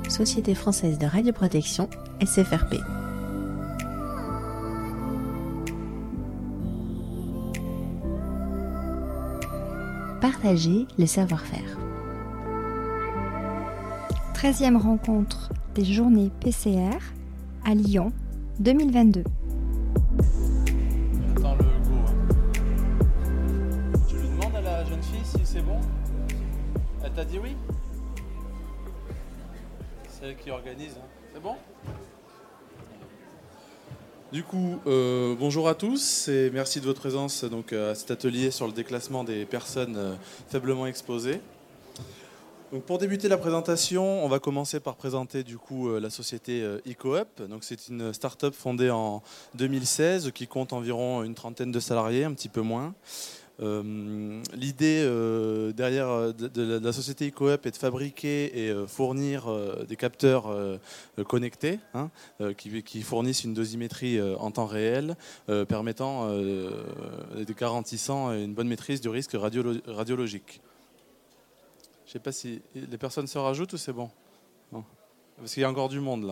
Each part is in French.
Société française de radioprotection, SFRP. Partager le savoir-faire. 13e rencontre des journées PCR à Lyon 2022. J'attends le go. Tu lui demandes à la jeune fille si c'est bon? Elle t'a dit oui? C'est elle qui organise. C'est bon? Du coup, bonjour à tous et merci de votre présence donc, à cet atelier sur le déclassement des personnes faiblement exposées. Donc, pour débuter la présentation, on va commencer par présenter du coup, la société EcoUp. Donc, c'est une start-up fondée en 2016 qui compte environ une trentaine de salariés, un petit peu moins. L'idée derrière de la société EcoUp est de fabriquer et fournir des capteurs connectés qui fournissent une dosimétrie en temps réel permettant et garantissant une bonne maîtrise du risque radiologique. Je ne sais pas si les personnes se rajoutent ou c'est bon? Non. Parce qu'il y a encore du monde là.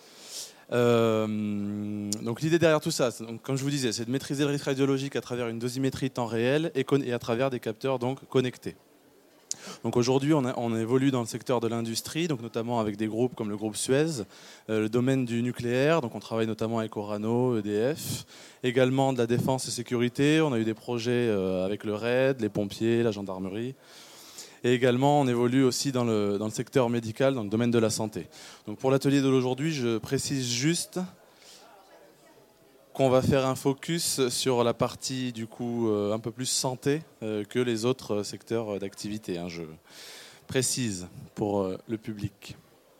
Donc l'idée derrière tout ça, donc, comme je vous disais, c'est de maîtriser le risque radiologique à travers une dosimétrie temps réel et à travers des capteurs donc, connectés. Donc aujourd'hui, on évolue dans le secteur de l'industrie, donc notamment avec des groupes comme le groupe Suez, le domaine du nucléaire, donc on travaille notamment avec Orano, EDF, également de la défense et sécurité, on a eu des projets avec le RAID, les pompiers, la gendarmerie. Et également, on évolue aussi dans le secteur médical, dans le domaine de la santé. Donc pour l'atelier d'aujourd'hui, je précise juste qu'on va faire un focus sur la partie du coup un peu plus santé que les autres secteurs d'activité. Je précise pour le public.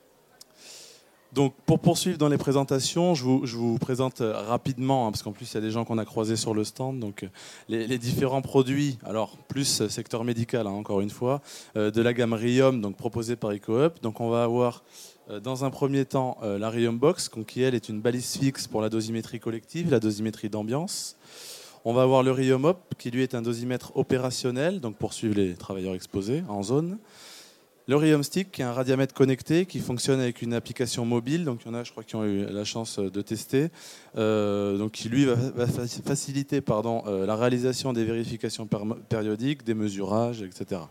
Donc, pour poursuivre dans les présentations, je vous présente rapidement, parce qu'en plus il y a des gens qu'on a croisés sur le stand, donc les différents produits, alors plus secteur médical encore une fois, de la gamme Riom, donc proposée par EcoUp. Donc on va avoir dans un premier temps la Riom Box, qui elle est une balise fixe pour la dosimétrie collective, la dosimétrie d'ambiance. On va avoir le Riom Op, qui lui est un dosimètre opérationnel, donc pour suivre les travailleurs exposés en zone. Le Riom Stick, qui est un radiamètre connecté qui fonctionne avec une application mobile. Donc il y en a, je crois, qui ont eu la chance de tester. Donc qui lui va faciliter la réalisation des vérifications périodiques, des mesurages, etc.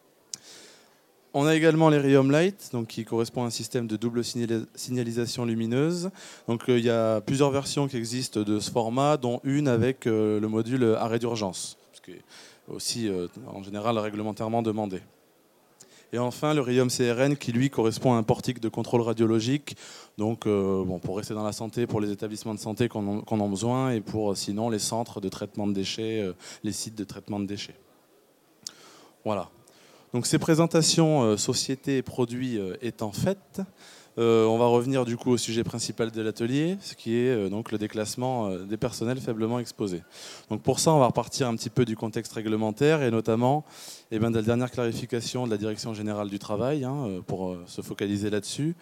On a également les Riom Light, donc qui correspond à un système de double signalisation lumineuse. Donc il y a plusieurs versions qui existent de ce format, dont une avec le module arrêt d'urgence, ce qui est aussi en général réglementairement demandé. Et enfin, le Riom CRN qui, lui, correspond à un portique de contrôle radiologique. Donc, pour rester dans la santé, pour les établissements de santé qu'on a besoin et pour, sinon, les centres de traitement de déchets, les sites de traitement de déchets. Voilà. Donc, ces présentations sociétés et produits étant faites, on va revenir du coup au sujet principal de l'atelier, ce qui est donc le déclassement des personnels faiblement exposés. Donc pour ça, on va repartir un petit peu du contexte réglementaire et notamment de la dernière clarification de la Direction générale du travail, pour se focaliser là-dessus.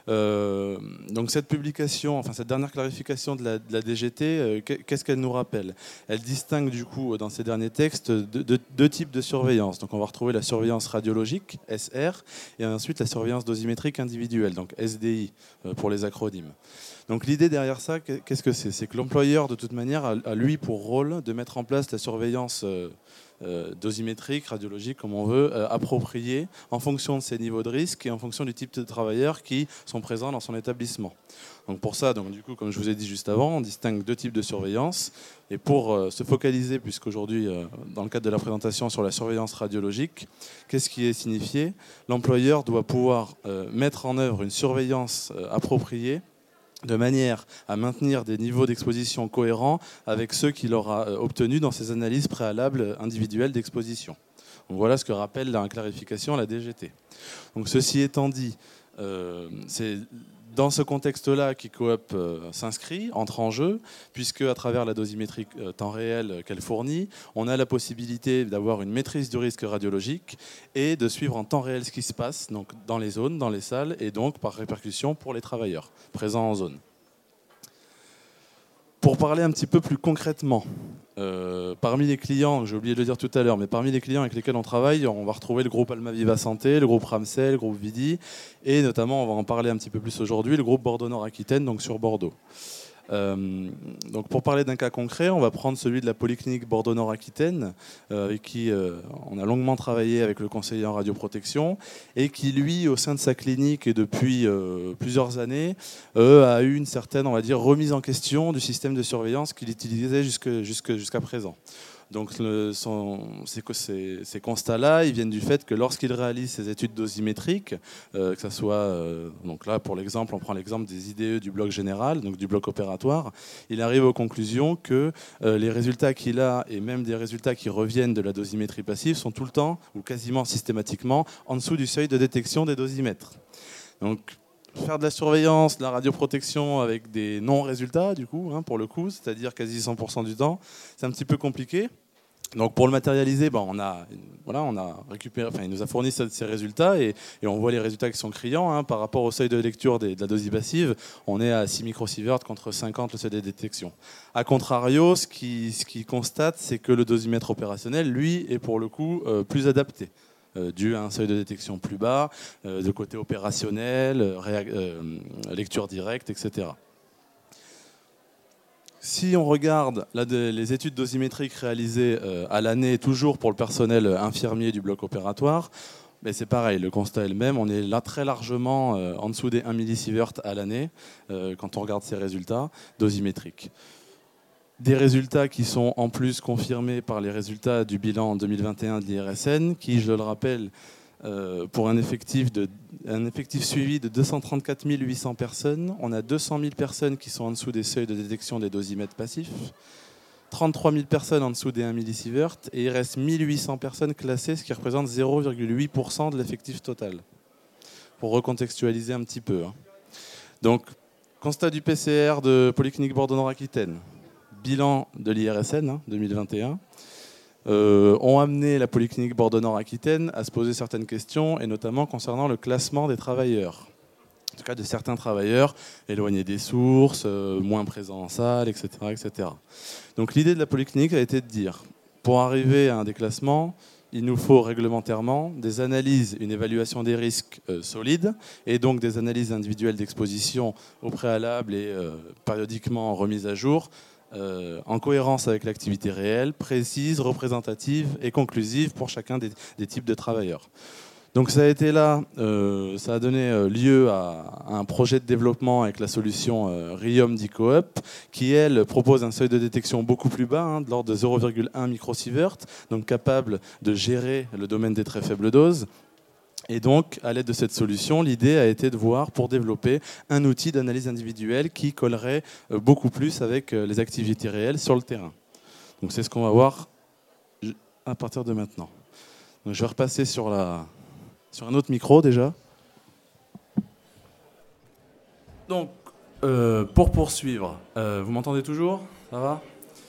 Donc cette publication, cette dernière clarification de la DGT, qu'est-ce qu'elle nous rappelle? Elle distingue du coup dans ces derniers textes deux types de surveillance. Donc on va retrouver la surveillance radiologique, SR, et ensuite la surveillance dosimétrique individuelle, donc SDI pour les acronymes. Donc l'idée derrière ça, qu'est-ce que c'est? C'est que l'employeur, de toute manière, a lui pour rôle de mettre en place la surveillance dosimétrique, radiologique, comme on veut, appropriée en fonction de ses niveaux de risque et en fonction du type de travailleurs qui sont présents dans son établissement. Donc pour ça, du coup, comme je vous ai dit juste avant, on distingue deux types de surveillance. Et pour se focaliser, puisqu'aujourd'hui, dans le cadre de la présentation sur la surveillance radiologique, qu'est-ce qui est signifié? L'employeur doit pouvoir mettre en œuvre une surveillance appropriée de manière à maintenir des niveaux d'exposition cohérents avec ceux qu'il aura obtenus dans ses analyses préalables individuelles d'exposition. Donc voilà ce que rappelle la clarification à la DGT. Donc ceci étant dit, c'est dans ce contexte-là qu'EcoUp s'inscrit, entre en jeu, puisque à travers la dosimétrie temps réel qu'elle fournit, on a la possibilité d'avoir une maîtrise du risque radiologique et de suivre en temps réel ce qui se passe donc, dans les zones, dans les salles, et donc par répercussion pour les travailleurs présents en zone. Pour parler un petit peu plus concrètement, parmi les clients, j'ai oublié de le dire tout à l'heure, mais parmi les clients avec lesquels on travaille, on va retrouver le groupe Almaviva Santé, le groupe Ramsay, le groupe Vidi, et notamment, on va en parler un petit peu plus aujourd'hui, le groupe Bordeaux Nord Aquitaine, donc sur Bordeaux. Donc pour parler d'un cas concret, on va prendre celui de la polyclinique Bordeaux Nord Aquitaine, avec qui on a longuement travaillé avec le conseiller en radioprotection, et qui lui, au sein de sa clinique et depuis plusieurs années, a eu une certaine, on va dire, remise en question du système de surveillance qu'il utilisait jusqu'à présent. Donc ces constats-là, ils viennent du fait que lorsqu'il réalise ses études dosimétriques, que ce soit, donc là pour l'exemple, on prend l'exemple des IDE du bloc général, donc du bloc opératoire, il arrive aux conclusions que les résultats qu'il a, et même des résultats qui reviennent de la dosimétrie passive, sont tout le temps, ou quasiment systématiquement, en dessous du seuil de détection des dosimètres. Donc, faire de la surveillance, de la radioprotection avec des non-résultats, du coup, pour le coup, c'est-à-dire quasi 100% du temps, c'est un petit peu compliqué. Donc pour le matérialiser, on a récupéré, il nous a fourni ces résultats et on voit les résultats qui sont criants. Par rapport au seuil de lecture de la dosie passive, on est à 6 microsieverts contre 50 le seuil de détection. A contrario, ce qui constate, c'est que le dosimètre opérationnel, lui, est pour le coup plus adapté. Dû à un seuil de détection plus bas, de côté opérationnel, lecture directe, etc. Si on regarde les études dosimétriques réalisées à l'année, toujours pour le personnel infirmier du bloc opératoire, c'est pareil, le constat est le même. On est là très largement en dessous des 1 millisievert à l'année quand on regarde ces résultats dosimétriques. Des résultats qui sont en plus confirmés par les résultats du bilan en 2021 de l'IRSN, qui, je le rappelle, pour un effectif suivi de 234 800 personnes, on a 200 000 personnes qui sont en dessous des seuils de détection des dosimètres passifs, 33 000 personnes en dessous des 1 millisievert, et il reste 1800 personnes classées, ce qui représente 0,8% de l'effectif total. Pour recontextualiser un petit peu. Donc, constat du PCR de Polyclinique Bordeaux Nord Aquitaine. Bilan de l'IRSN 2021 ont amené la Polyclinique Bordeaux Nord Aquitaine à se poser certaines questions, et notamment concernant le classement des travailleurs. En tout cas, de certains travailleurs éloignés des sources, moins présents en salle, etc., etc. Donc l'idée de la Polyclinique a été de dire, pour arriver à un déclassement, il nous faut réglementairement des analyses, une évaluation des risques solides, et donc des analyses individuelles d'exposition au préalable et périodiquement remises à jour, en cohérence avec l'activité réelle, précise, représentative et conclusive pour chacun des types de travailleurs. Donc ça a été là, ça a donné lieu à un projet de développement avec la solution RIOM d'ICOUP, qui elle propose un seuil de détection beaucoup plus bas, de l'ordre de 0,1 microsievert, donc capable de gérer le domaine des très faibles doses. Et donc, à l'aide de cette solution, l'idée a été de voir pour développer un outil d'analyse individuelle qui collerait beaucoup plus avec les activités réelles sur le terrain. Donc c'est ce qu'on va voir à partir de maintenant. Donc, je vais repasser sur un autre micro déjà. Donc, pour poursuivre, vous m'entendez toujours? Ça va?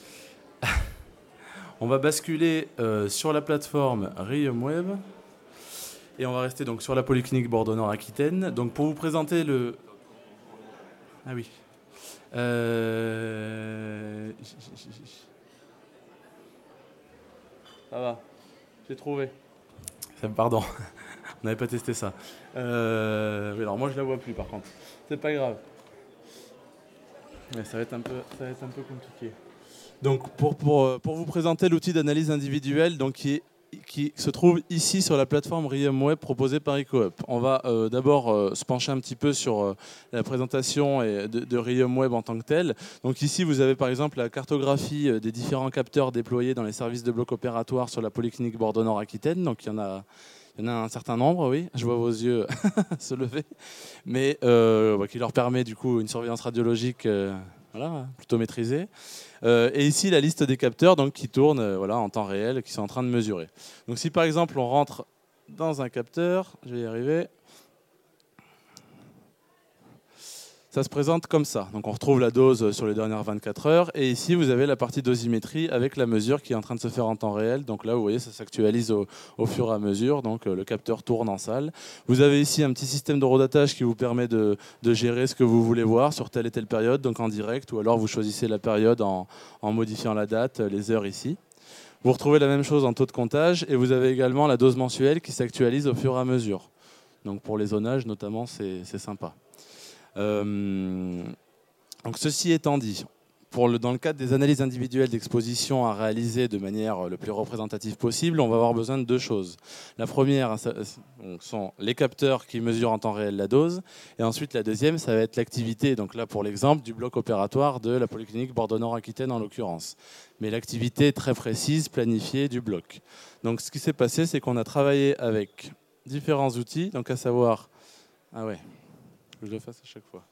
On va basculer sur la plateforme RIOM Web. Et on va rester donc sur la Polyclinique Bordeaux Nord Aquitaine. Donc pour vous présenter le... Ah oui. Ça va. J'ai trouvé. Pardon. On n'avait pas testé ça. Oui, alors moi je la vois plus par contre. C'est pas grave. Ouais, ça va être un peu compliqué. Donc pour vous présenter l'outil d'analyse individuelle, donc qui se trouve ici sur la plateforme RIOM Web proposée par ICOUP. On va d'abord se pencher un petit peu sur la présentation de RIOM Web en tant que telle. Donc ici, vous avez par exemple la cartographie des différents capteurs déployés dans les services de bloc opératoire sur la Polyclinique Bordeaux Nord Aquitaine. Donc il y en a un certain nombre, oui, je vois vos yeux se lever, mais qui leur permet du coup une surveillance radiologique plutôt maîtrisée. Et ici, la liste des capteurs qui tournent en temps réel, qui sont en train de mesurer. Donc si par exemple on rentre dans un capteur, je vais y arriver. Ça se présente comme ça. Donc on retrouve la dose sur les dernières 24 heures. Et ici, vous avez la partie dosimétrie avec la mesure qui est en train de se faire en temps réel. Donc là, vous voyez, ça s'actualise au fur et à mesure. Donc le capteur tourne en salle. Vous avez ici un petit système de redatage qui vous permet de gérer ce que vous voulez voir sur telle et telle période, donc en direct. Ou alors vous choisissez la période en modifiant la date, les heures ici. Vous retrouvez la même chose en taux de comptage. Et vous avez également la dose mensuelle qui s'actualise au fur et à mesure. Donc pour les zonages, notamment, c'est sympa. Donc ceci étant dit, dans le cadre des analyses individuelles d'exposition à réaliser de manière le plus représentative possible, on va avoir besoin de deux choses. La première sont les capteurs qui mesurent en temps réel la dose, et ensuite la deuxième, ça va être l'activité, donc là pour l'exemple du bloc opératoire de la Polyclinique Bordeaux-Nord-Aquitaine en l'occurrence, mais l'activité très précise, planifiée du bloc. Donc ce qui s'est passé, c'est qu'on a travaillé avec différents outils, donc à savoir... Ah ouais, que je le fasse à chaque fois.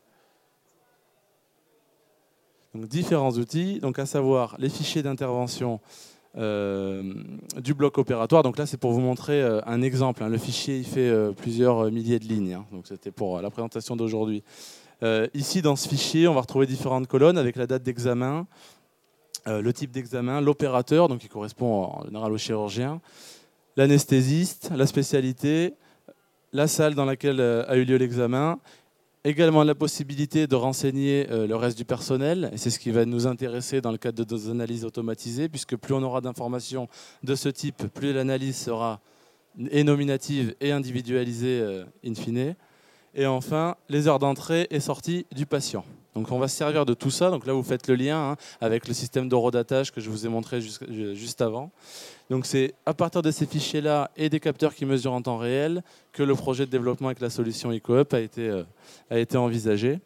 Donc différents outils, donc à savoir les fichiers d'intervention du bloc opératoire. Donc là, c'est pour vous montrer un exemple. Le fichier, il fait plusieurs milliers de lignes. Donc c'était pour la présentation d'aujourd'hui. Ici, dans ce fichier, on va retrouver différentes colonnes avec la date d'examen, le type d'examen, l'opérateur, donc qui correspond en général au chirurgien, l'anesthésiste, la spécialité, la salle dans laquelle a eu lieu l'examen. Également la possibilité de renseigner le reste du personnel, et c'est ce qui va nous intéresser dans le cadre de nos analyses automatisées, puisque plus on aura d'informations de ce type, plus l'analyse sera et nominative et individualisée in fine. Et enfin, les heures d'entrée et sortie du patient. Donc on va se servir de tout ça. Donc là, vous faites le lien avec le système d'horodatage que je vous ai montré juste avant. Donc c'est à partir de ces fichiers-là et des capteurs qui mesurent en temps réel que le projet de développement avec la solution EcoUp a été envisagé.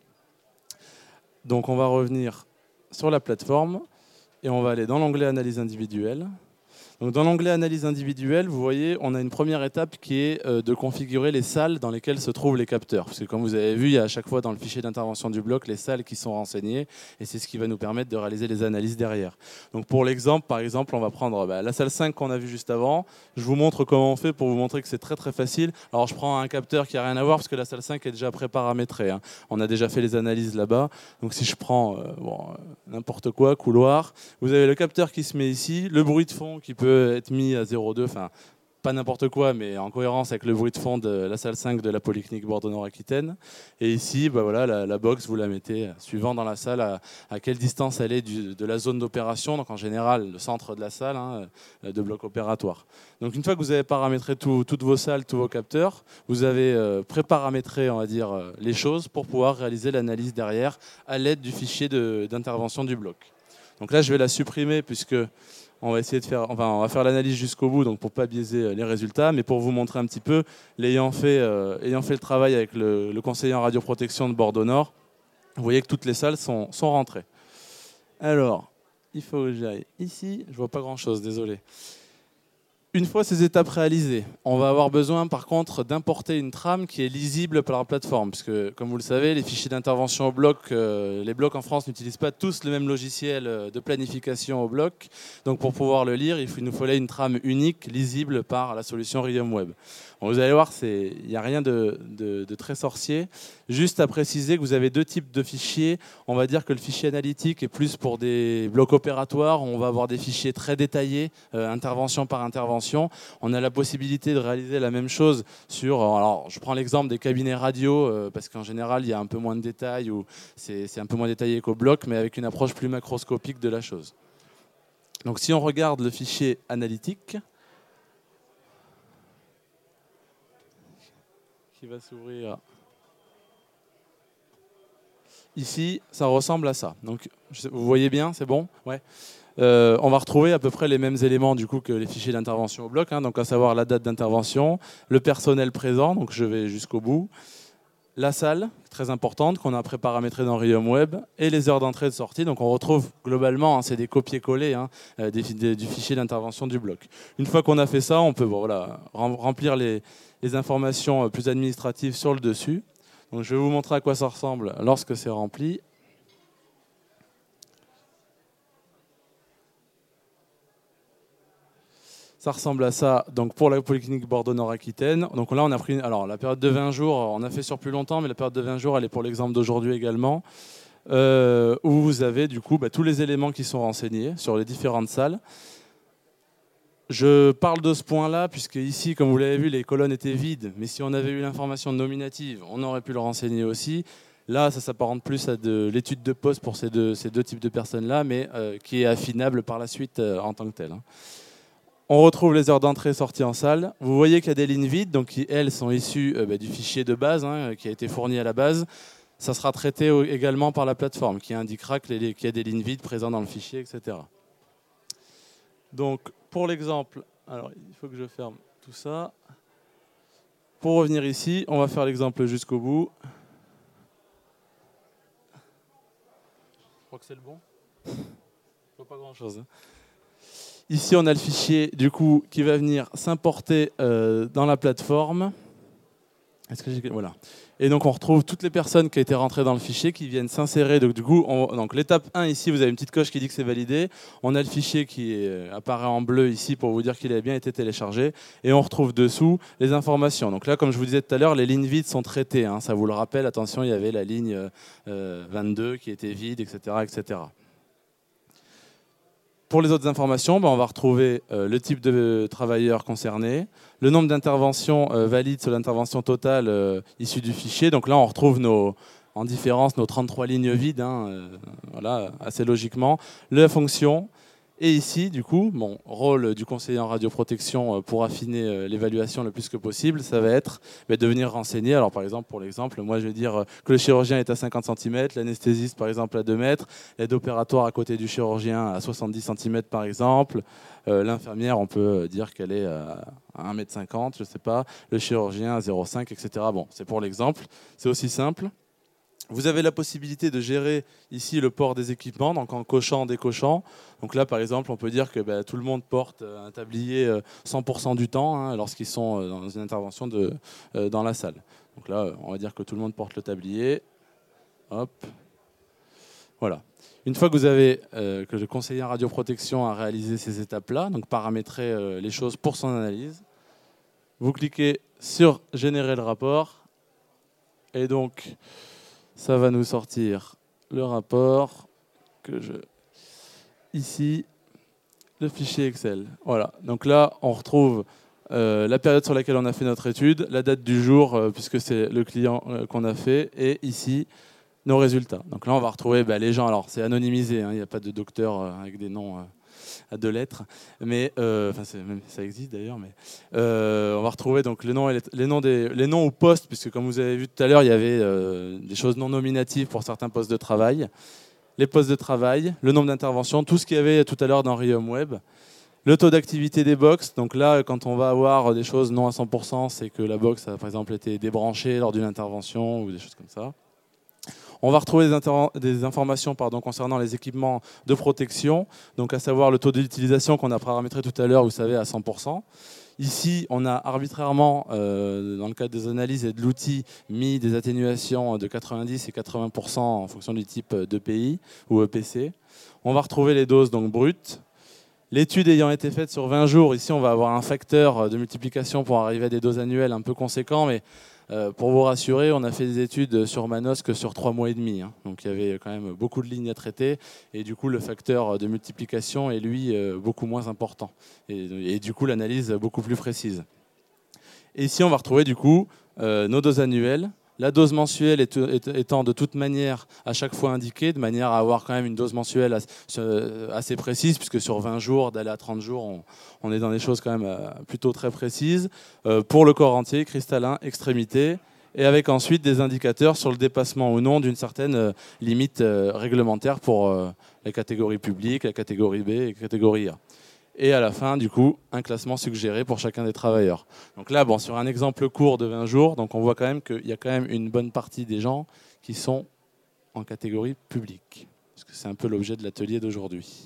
Donc on va revenir sur la plateforme et on va aller dans l'onglet Analyse individuelle. Donc dans l'onglet Analyse individuelle, vous voyez, on a une première étape qui est de configurer les salles dans lesquelles se trouvent les capteurs. Parce que comme vous avez vu, il y a à chaque fois dans le fichier d'intervention du bloc les salles qui sont renseignées et c'est ce qui va nous permettre de réaliser les analyses derrière. Donc pour l'exemple, par exemple, on va prendre la salle 5 qu'on a vue juste avant. Je vous montre comment on fait pour vous montrer que c'est très très facile. Alors je prends un capteur qui n'a rien à voir parce que la salle 5 est déjà préparamétrée. On a déjà fait les analyses là-bas. Donc si je prends n'importe quoi, couloir, vous avez le capteur qui se met ici, le bruit de fond qui peut être mis à 0,2, enfin pas n'importe quoi, mais en cohérence avec le bruit de fond de la salle 5 de la Polyclinique Bordeaux-Nord-Aquitaine. Et ici, voilà, la box, vous la mettez suivant dans la salle à quelle distance elle est de la zone d'opération, donc en général le centre de la salle de bloc opératoire. Donc une fois que vous avez paramétré toutes vos salles, tous vos capteurs, vous avez préparamétré, on va dire, les choses pour pouvoir réaliser l'analyse derrière à l'aide du fichier d'intervention du bloc. Donc là, je vais la supprimer puisque on va essayer de faire, on va faire l'analyse jusqu'au bout, donc pour pas biaiser les résultats, mais pour vous montrer un petit peu, ayant fait le travail avec le conseiller en radioprotection de Bordeaux-Nord, vous voyez que toutes les salles sont rentrées. Alors, il faut que j'aille ici, je vois pas grand-chose, désolé. Une fois ces étapes réalisées, on va avoir besoin par contre d'importer une trame qui est lisible par la plateforme, puisque comme vous le savez, les fichiers d'intervention au bloc, les blocs en France n'utilisent pas tous le même logiciel de planification au bloc. Donc pour pouvoir le lire, il nous fallait une trame unique, lisible par la solution Rhodium Web. Bon, vous allez voir, il n'y a rien de très sorcier. Juste à préciser que vous avez deux types de fichiers. On va dire que le fichier analytique est plus pour des blocs opératoires. On va avoir des fichiers très détaillés, intervention par intervention. On a la possibilité de réaliser la même chose sur... Alors, je prends l'exemple des cabinets radio, parce qu'en général, il y a un peu moins de détails, ou c'est un peu moins détaillé qu'au bloc, mais avec une approche plus macroscopique de la chose. Donc, si on regarde le fichier analytique, qui va s'ouvrir... Ici, ça ressemble à ça. Donc, vous voyez bien, c'est bon ? Ouais. On va retrouver à peu près les mêmes éléments du coup que les fichiers d'intervention au bloc, donc à savoir la date d'intervention, le personnel présent, donc je vais jusqu'au bout, la salle, très importante, qu'on a préparamétrée dans Rhodium Web, et les heures d'entrée et de sortie. Donc on retrouve globalement, c'est des copier-coller du fichier d'intervention du bloc. Une fois qu'on a fait ça, on peut remplir les informations plus administratives sur le dessus. Donc je vais vous montrer à quoi ça ressemble lorsque c'est rempli. Ça ressemble à ça donc pour la Polyclinique Bordeaux-Nord-Aquitaine. Donc là, on a pris la période de 20 jours, on a fait sur plus longtemps, mais la période de 20 jours, elle est pour l'exemple d'aujourd'hui également, où vous avez du coup tous les éléments qui sont renseignés sur les différentes salles. Je parle de ce point-là, puisque ici, comme vous l'avez vu, les colonnes étaient vides, mais si on avait eu l'information nominative, on aurait pu le renseigner aussi. Là, ça s'apparente plus à de l'étude de poste pour ces deux types de personnes-là, mais qui est affinable par la suite en tant que tel. On retrouve les heures d'entrée et sortie en salle. Vous voyez qu'il y a des lignes vides, donc qui, elles, sont issues du fichier de base qui a été fourni à la base. Ça sera traité également par la plateforme, qui indiquera qu'il y a des lignes vides présentes dans le fichier, etc. Donc, pour l'exemple, alors il faut que je ferme tout ça. Pour revenir ici, on va faire l'exemple jusqu'au bout. Je crois que c'est le bon. Il ne faut pas grand-chose. Ici, on a le fichier du coup, qui va venir s'importer dans la plateforme. Voilà. Et donc, on retrouve toutes les personnes qui ont été rentrées dans le fichier qui viennent s'insérer. Donc, du coup, donc, l'étape 1, ici, vous avez une petite coche qui dit que c'est validé. On a le fichier qui apparaît en bleu ici pour vous dire qu'il a bien été téléchargé. Et on retrouve dessous les informations. Donc là, comme je vous disais tout à l'heure, les lignes vides sont traitées. Ça vous le rappelle. Attention, il y avait la ligne 22 qui était vide, etc., etc. Pour les autres informations, on va retrouver le type de travailleur concerné, le nombre d'interventions valides sur l'intervention totale issue du fichier. Donc là, on retrouve en différence nos 33 lignes vides, voilà, assez logiquement, la fonction. Et ici, du coup, mon rôle du conseiller en radioprotection pour affiner l'évaluation le plus que possible, ça va être de venir renseigner. Alors, par exemple, pour l'exemple, moi, je vais dire que le chirurgien est à 50 cm, l'anesthésiste, par exemple, à 2 mètres, l'aide opératoire à côté du chirurgien à 70 cm, par exemple. L'infirmière, on peut dire qu'elle est à 1,50 m, je ne sais pas. Le chirurgien à 0,5 m, etc. Bon, c'est pour l'exemple. C'est aussi simple. Vous avez la possibilité de gérer ici le port des équipements, donc en cochant, décochant. Donc là, par exemple, on peut dire que tout le monde porte un tablier 100% du temps lorsqu'ils sont dans une intervention dans la salle. Donc là, on va dire que tout le monde porte le tablier. Hop. Voilà. Une fois que vous avez, que le conseiller en radioprotection a réalisé ces étapes-là, donc paramétrer les choses pour son analyse, vous cliquez sur « Générer le rapport » et donc ça va nous sortir le rapport ici, le fichier Excel. Voilà. Donc là, on retrouve la période sur laquelle on a fait notre étude, la date du jour, puisque c'est le client qu'on a fait, et ici, nos résultats. Donc là, on va retrouver les gens. Alors, c'est anonymisé, il n'y a pas de docteur avec des noms à 2 lettres, mais ça existe d'ailleurs. Mais on va retrouver donc les noms aux postes, puisque comme vous avez vu tout à l'heure, il y avait des choses non nominatives pour certains postes de travail, les postes de travail, le nombre d'interventions, tout ce qu'il y avait tout à l'heure dans Riom Web. Le taux d'activité des box, donc là, quand on va avoir des choses non à 100%, c'est que la box a par exemple été débranchée lors d'une intervention ou des choses comme ça. On va retrouver des informations concernant les équipements de protection, donc à savoir le taux d'utilisation qu'on a paramétré tout à l'heure, vous savez, à 100%. Ici, on a arbitrairement, dans le cadre des analyses et de l'outil, mis des atténuations de 90 et 80% en fonction du type d'EPI ou EPC. On va retrouver les doses donc brutes. L'étude ayant été faite sur 20 jours, ici, on va avoir un facteur de multiplication pour arriver à des doses annuelles un peu conséquents, mais pour vous rassurer, on a fait des études sur Manos que sur 3 mois et demi. Donc il y avait quand même beaucoup de lignes à traiter. Et du coup, le facteur de multiplication est, lui, beaucoup moins important. Et du coup, l'analyse beaucoup plus précise. Et ici, on va retrouver du coup nos doses annuelles. La dose mensuelle étant de toute manière à chaque fois indiquée, de manière à avoir quand même une dose mensuelle assez précise, puisque sur 20 jours, d'aller à 30 jours, on est dans des choses quand même plutôt très précises. Pour le corps entier, cristallin, extrémité, et avec ensuite des indicateurs sur le dépassement ou non d'une certaine limite réglementaire pour la catégorie publique, la catégorie B et la catégorie A. Et à la fin, du coup, un classement suggéré pour chacun des travailleurs. Donc là, sur un exemple court de 20 jours, donc on voit quand même qu'il y a quand même une bonne partie des gens qui sont en catégorie publique. Parce que c'est un peu l'objet de l'atelier d'aujourd'hui.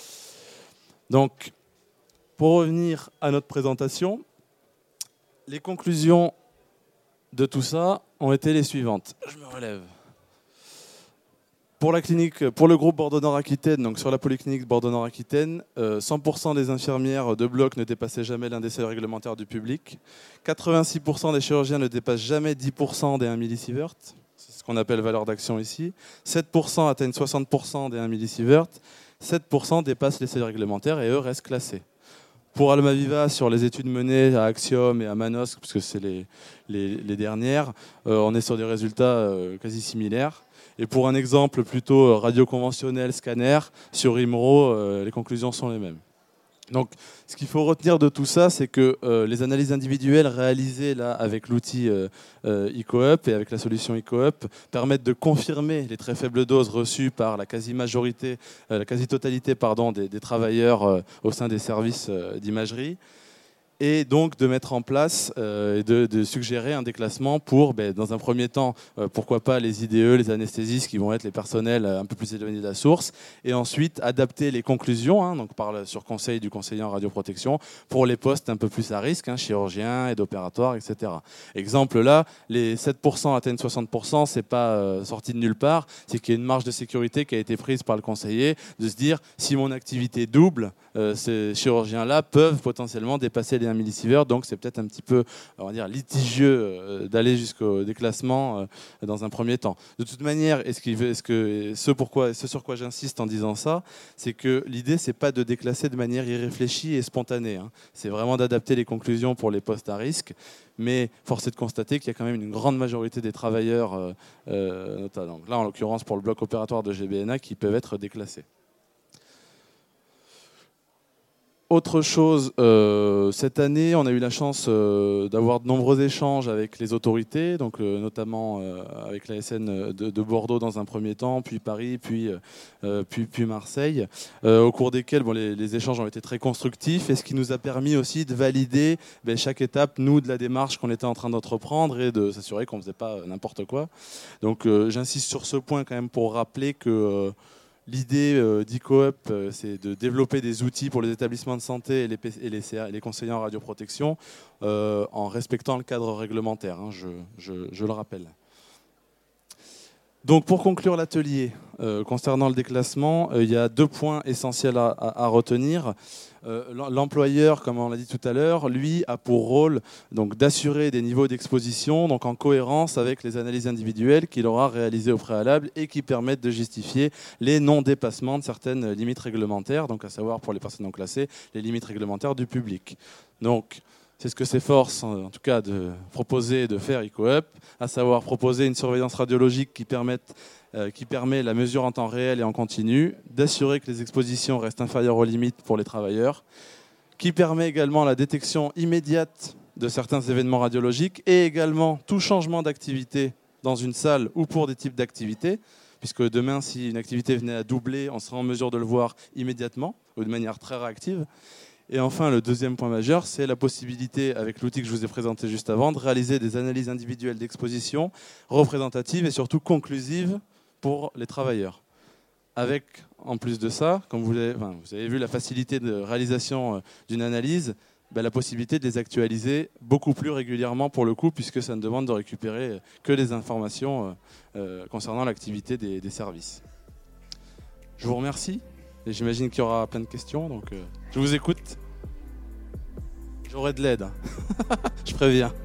Donc, pour revenir à notre présentation, les conclusions de tout ça ont été les suivantes. Je me relève. Pour le groupe Bordeaux-Nord-Aquitaine, donc sur la polyclinique Bordeaux-Nord-Aquitaine, 100% des infirmières de bloc ne dépassaient jamais l'un des seuils réglementaires du public. 86% des chirurgiens ne dépassent jamais 10% des 1 millisievert. C'est ce qu'on appelle valeur d'action ici. 7% atteignent 60% des 1 millisievert. 7% dépassent les seuils réglementaires et eux restent classés. Pour Almaviva, sur les études menées à Axiom et à Manosque, puisque c'est les dernières, on est sur des résultats quasi similaires. Et pour un exemple plutôt radio-conventionnel, scanner, sur IMRO, les conclusions sont les mêmes. Donc, ce qu'il faut retenir de tout ça, c'est que les analyses individuelles réalisées là, avec l'outil IcoUp et avec la solution IcoUp permettent de confirmer les très faibles doses reçues par la quasi-totalité des travailleurs au sein des services d'imagerie. Et donc de mettre en place et de suggérer un déclassement pour, dans un premier temps, pourquoi pas les IDE, les anesthésistes qui vont être les personnels un peu plus éloignés de la source, et ensuite adapter les conclusions, donc sur conseil du conseiller en radioprotection, pour les postes un peu plus à risque, chirurgiens, aide opératoire, etc. Exemple là, les 7% atteignent 60%, c'est pas sorti de nulle part, c'est qu'il y a une marge de sécurité qui a été prise par le conseiller, de se dire, si mon activité double, ces chirurgiens-là peuvent potentiellement dépasser les 1 millisievert, donc c'est peut-être un petit peu, on va dire, litigieux d'aller jusqu'au déclassement dans un premier temps. De toute manière, ce sur quoi j'insiste en disant ça, c'est que l'idée, c'est pas de déclasser de manière irréfléchie et spontanée. C'est vraiment d'adapter les conclusions pour les postes à risque, mais force est de constater qu'il y a quand même une grande majorité des travailleurs, notamment là en l'occurrence pour le bloc opératoire de GBNA, qui peuvent être déclassés. Autre chose, cette année, on a eu la chance d'avoir de nombreux échanges avec les autorités, donc notamment avec la SN de Bordeaux dans un premier temps, puis Paris, puis Marseille, au cours desquels les échanges ont été très constructifs, et ce qui nous a permis aussi de valider chaque étape, nous, de la démarche qu'on était en train d'entreprendre, et de s'assurer qu'on ne faisait pas n'importe quoi. Donc j'insiste sur ce point quand même pour rappeler que l'idée d'IcoUp, c'est de développer des outils pour les établissements de santé et les conseillers en radioprotection en respectant le cadre réglementaire, je le rappelle. Donc pour conclure l'atelier, concernant le déclassement, il y a 2 points essentiels à retenir. L'employeur, comme on l'a dit tout à l'heure, lui a pour rôle donc d'assurer des niveaux d'exposition donc en cohérence avec les analyses individuelles qu'il aura réalisées au préalable et qui permettent de justifier les non-dépassements de certaines limites réglementaires, donc à savoir pour les personnes non classées, les limites réglementaires du public. Donc c'est ce que s'efforce en tout cas de proposer et de faire IcoUp, à savoir proposer une surveillance radiologique qui permet la mesure en temps réel et en continu, d'assurer que les expositions restent inférieures aux limites pour les travailleurs, qui permet également la détection immédiate de certains événements radiologiques et également tout changement d'activité dans une salle ou pour des types d'activités, puisque demain, si une activité venait à doubler, on sera en mesure de le voir immédiatement ou de manière très réactive. Et enfin, le deuxième point majeur, c'est la possibilité, avec l'outil que je vous ai présenté juste avant, de réaliser des analyses individuelles d'exposition représentatives et surtout conclusives pour les travailleurs. Avec, en plus de ça, comme vous avez vu la facilité de réalisation d'une analyse, la possibilité de les actualiser beaucoup plus régulièrement pour le coup, puisque ça ne demande de récupérer que les informations concernant l'activité des services. Je vous remercie. Et j'imagine qu'il y aura plein de questions, donc je vous écoute. J'aurai de l'aide, je préviens.